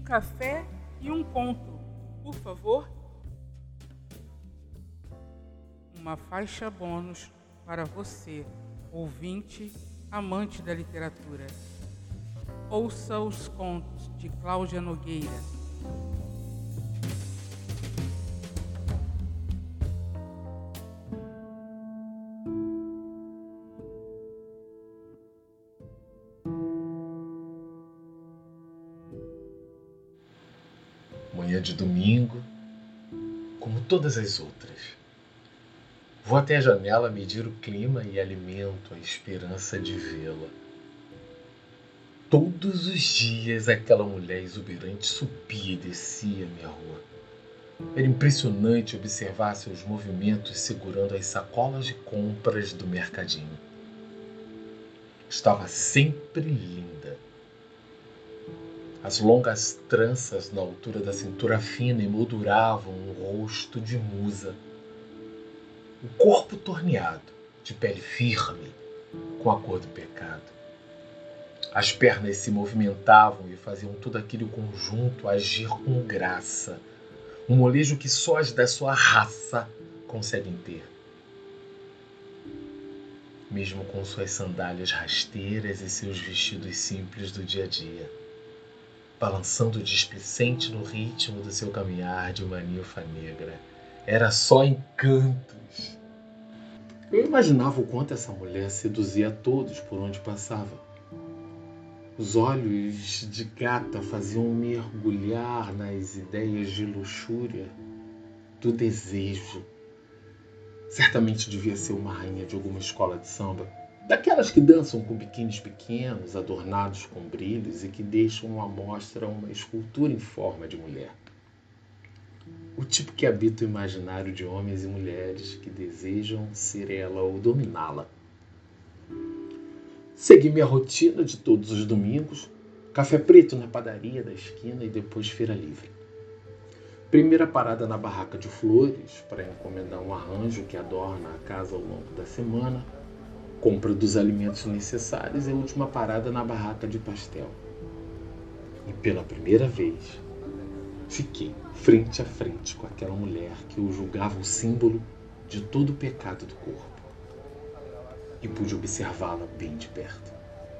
café e um conto, por favor. Uma faixa bônus para você, ouvinte, amante da literatura. Ouça os contos de Cláudia Nogueira. Manhã de domingo, como todas as outras. Vou até a janela medir o clima e alimento a esperança de vê-la. Todos os dias aquela mulher exuberante subia e descia minha rua. Era impressionante observar seus movimentos segurando as sacolas de compras do mercadinho. Estava sempre linda. As longas tranças na altura da cintura fina emolduravam um rosto de musa. O corpo torneado, de pele firme, com a cor do pecado. As pernas se movimentavam e faziam todo aquele conjunto agir com graça. Um molejo que só as da sua raça conseguem ter. Mesmo com suas sandálias rasteiras e seus vestidos simples do dia a dia. Balançando displicente no ritmo do seu caminhar de uma ninfa negra. Era só encantos. Eu imaginava o quanto essa mulher seduzia a todos por onde passava. Os olhos de gata faziam mergulhar nas ideias de luxúria, do desejo. Certamente devia ser uma rainha de alguma escola de samba. Daquelas que dançam com biquínis pequenos, adornados com brilhos e que deixam à mostra uma escultura em forma de mulher. O tipo que habita o imaginário de homens e mulheres que desejam ser ela ou dominá-la. Segui minha rotina de todos os domingos, café preto na padaria da esquina e depois feira livre. Primeira parada na barraca de flores para encomendar um arranjo que adorna a casa ao longo da semana. Compra dos alimentos necessários e a última parada na barraca de pastel. E pela primeira vez, fiquei frente a frente com aquela mulher que eu julgava o símbolo de todo o pecado do corpo. E pude observá-la bem de perto.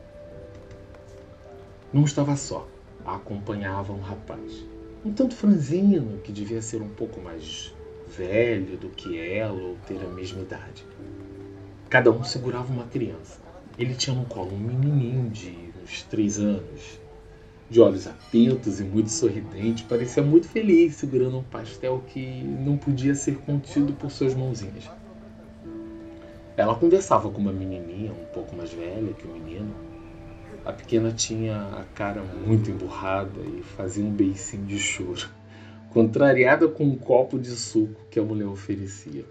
Não estava só, a acompanhava um rapaz. Um tanto franzino, que devia ser um pouco mais velho do que ela ou ter a mesma idade. Cada um segurava uma criança. Ele tinha no colo um menininho de uns 3 anos, de olhos atentos e muito sorridente, parecia muito feliz segurando um pastel que não podia ser contido por suas mãozinhas. Ela conversava com uma menininha um pouco mais velha que o menino. A pequena tinha a cara muito emburrada e fazia um beicinho de choro, contrariada com um copo de suco que a mulher oferecia.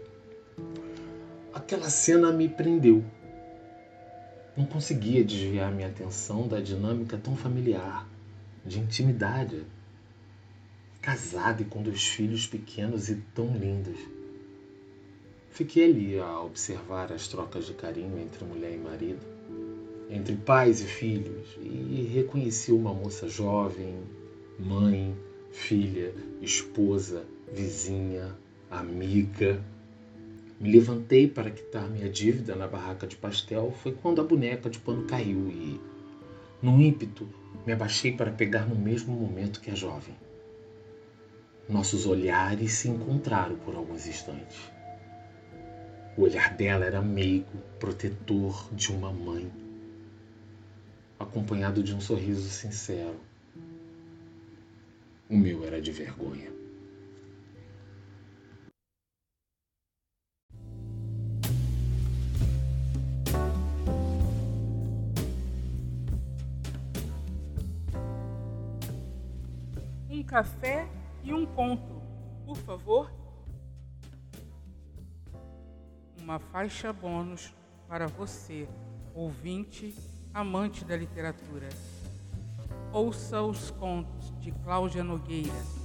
Aquela cena me prendeu. Não conseguia desviar minha atenção da dinâmica tão familiar, de intimidade. Casada e com 2 filhos pequenos e tão lindos. Fiquei ali a observar as trocas de carinho entre mulher e marido, entre pais e filhos, e reconheci uma moça jovem, mãe, filha, esposa, vizinha, amiga. Me levantei para quitar minha dívida na barraca de pastel. Foi quando a boneca de pano caiu e, num ímpeto, me abaixei para pegar no mesmo momento que a jovem. Nossos olhares se encontraram por alguns instantes. O olhar dela era meigo, protetor de uma mãe, acompanhado de um sorriso sincero. O meu era de vergonha. Um café e um conto, por favor. Uma faixa bônus para você, ouvinte, amante da literatura. Ouça os contos de Cláudia Nogueira.